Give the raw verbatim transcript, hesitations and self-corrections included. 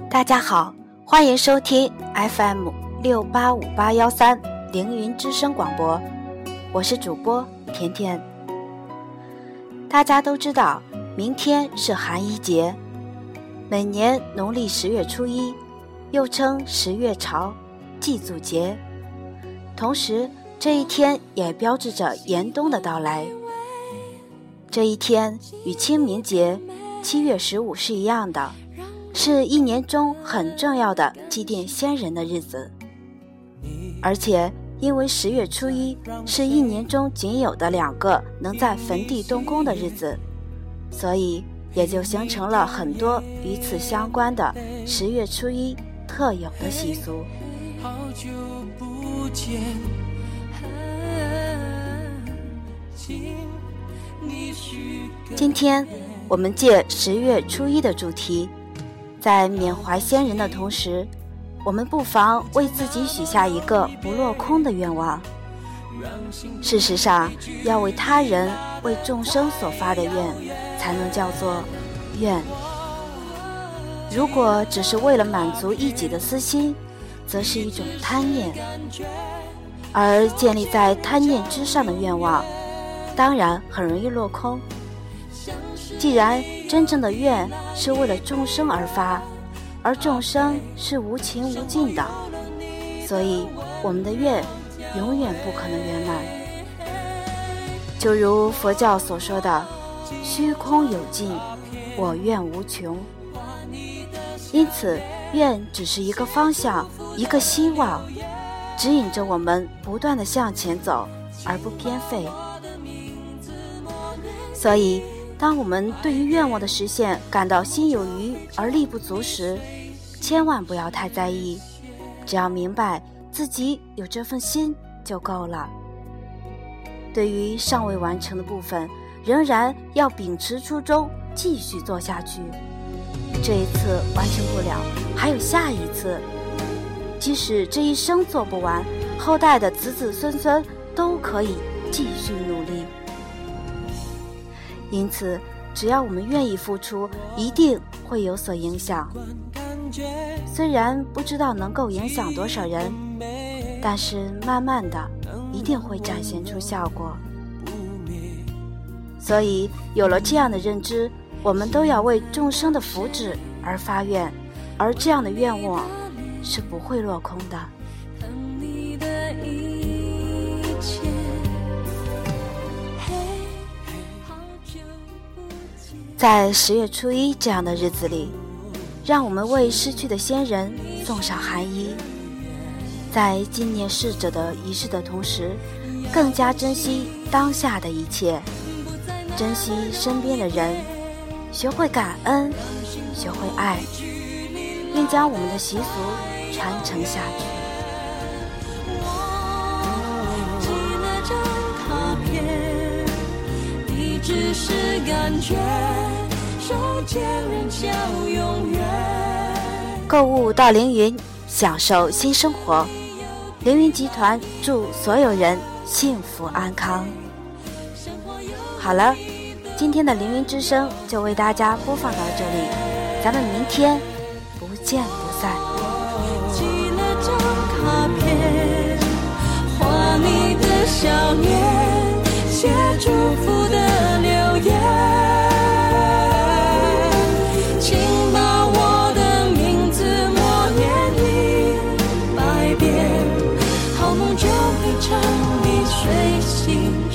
大家好，欢迎收听 F M 六八五八一三凌云之声广播，我是主播甜甜。大家都知道，明天是寒衣节，每年农历十月初一，又称十月朝、祭祖节。同时，这一天也标志着严冬的到来。这一天与清明节七月十五是一样的，是一年中很重要的祭奠先人的日子。而且因为十月初一是一年中仅有的两个能在坟地动工的日子，所以也就形成了很多与此相关的十月初一特有的习俗。 好久不见， 今天我们借十月初一的主题，在缅怀先人的同时，我们不妨为自己许下一个不落空的愿望。事实上，要为他人、为众生所发的愿，才能叫做愿。如果只是为了满足一己的私心，则是一种贪念。而建立在贪念之上的愿望，当然很容易落空。既然真正的愿是为了众生而发，而众生是无情无尽的，所以我们的愿永远不可能圆满。就如佛教所说的虚空有尽，我愿无穷。因此愿只是一个方向，一个希望，指引着我们不断地向前走，而不偏废。所以当我们对于愿望的实现感到心有余而力不足时，千万不要太在意，只要明白自己有这份心就够了。对于尚未完成的部分，仍然要秉持初衷，继续做下去。这一次完成不了，还有下一次。即使这一生做不完，后代的子子孙孙都可以继续努力。因此只要我们愿意付出，一定会有所影响。虽然不知道能够影响多少人，但是慢慢的一定会展现出效果。所以有了这样的认知，我们都要为众生的福祉而发愿，而这样的愿望是不会落空的。在十月初一这样的日子里，让我们为逝去的先人送上寒衣，在纪念逝者的仪式的同时，更加珍惜当下的一切，珍惜身边的人，学会感恩，学会爱，并将我们的习俗传承下去。 只是感觉手牵人笑永远。 购物到凌云，享受新生活。凌云集团祝所有人幸福安康。好了，今天的凌云之声就为大家播放到这里，咱们明天不见不散。 寄了张卡片，画你的笑脸，写祝福的留言，请把我的名字默念一百遍，好梦就会成你睡醒